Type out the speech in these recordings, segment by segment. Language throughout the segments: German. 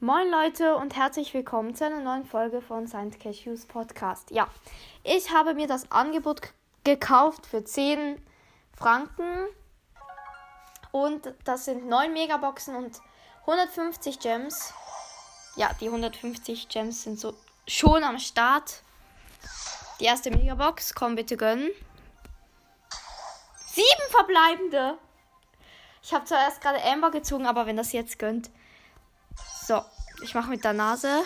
Moin Leute und herzlich willkommen zu einer neuen Folge von Saint Cashews Podcast. Ja, ich habe mir das Angebot gekauft für 10 Franken und das sind 9 Megaboxen und 150 Gems. Ja, die 150 Gems sind so schon am Start. Die erste Megabox, komm bitte gönnen. 7 verbleibende. Ich habe zuerst gerade Amber gezogen, aber wenn das jetzt gönnt. So, ich mache mit der Nase.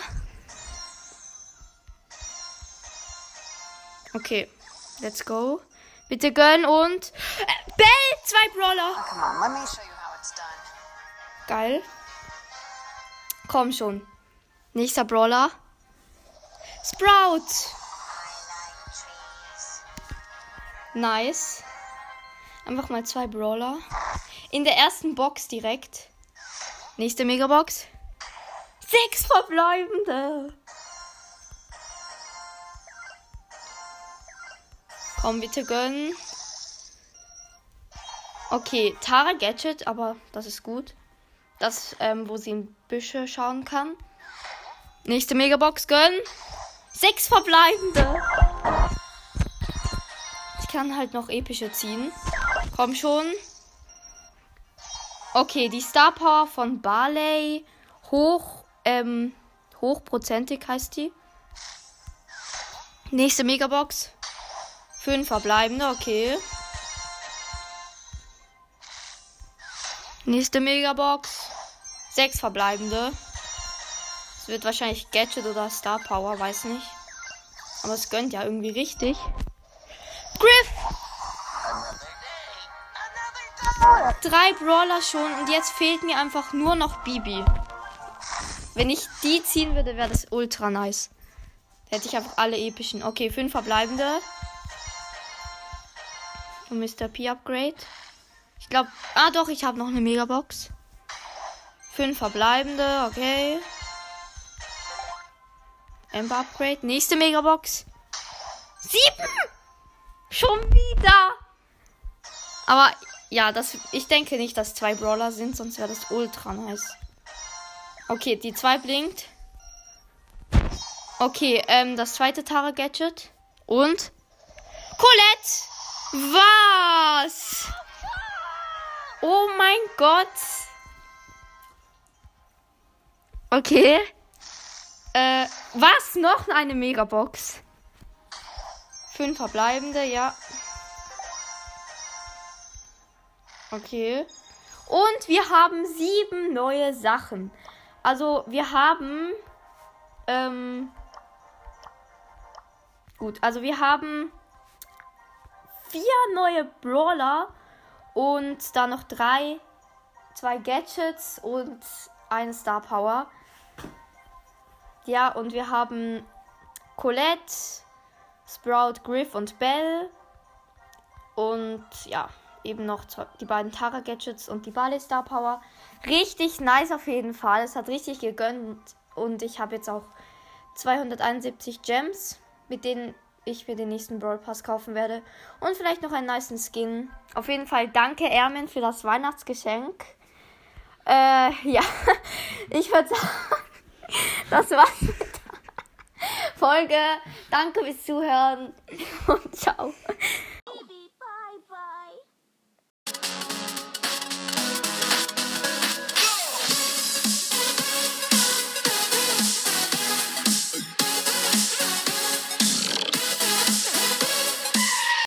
Okay, let's go. Bitte gönn und... Bell! 2 Brawler! Oh, come on, let me show you how it's done. Geil. Komm schon. Nächster Brawler. Sprout! Nice. Einfach mal 2 Brawler. In der ersten Box direkt. Nächste Megabox. 6 verbleibende. Komm, bitte gönnen. Okay, Tara Gadget, aber das ist gut. Das, wo sie in Büsche schauen kann. Nächste Megabox gönnen. 6 verbleibende. Ich kann halt noch epische ziehen. Komm schon. Okay, die Star Power von Barley. Hochprozentig heißt die. Nächste Megabox. 5 verbleibende, okay. Nächste Megabox. 6 verbleibende. Es wird wahrscheinlich Gadget oder Star Power, weiß nicht. Aber es gönnt ja irgendwie richtig. Griff! 3 Brawler schon und jetzt fehlt mir einfach nur noch Bibi. Wenn ich die ziehen würde, wäre das ultra nice. Hätte ich einfach alle epischen. Okay, 5 verbleibende. Und Mr. P Upgrade. Ich glaube, doch, ich habe noch eine Megabox. 5 verbleibende, okay. Amber Upgrade. Nächste Megabox. 7! Schon wieder! Aber ja, ich denke nicht, dass 2 Brawler sind, sonst wäre das ultra nice. Okay, die 2 blinkt. Okay, das zweite Tara Gadget. Und Colette! Was? Oh mein Gott. Okay. Was? Noch eine Megabox. 5 verbleibende, ja. Okay. Und wir haben 7 neue Sachen. Also, wir haben... also wir haben 4 neue Brawler und dann noch 2 Gadgets und eine Star Power. Ja, und wir haben Colette, Sprout, Griff und Bell. Und ja, eben noch die beiden Tara Gadgets und die Barley Star Power. Richtig nice auf jeden Fall. Es hat richtig gegönnt. Und ich habe jetzt auch 271 Gems, mit denen ich mir den nächsten Brawl Pass kaufen werde. Und vielleicht noch einen nicen Skin. Auf jeden Fall danke Ermin für das Weihnachtsgeschenk. Ja, ich würde sagen, das war's mit der Folge. Danke fürs Zuhören und ciao.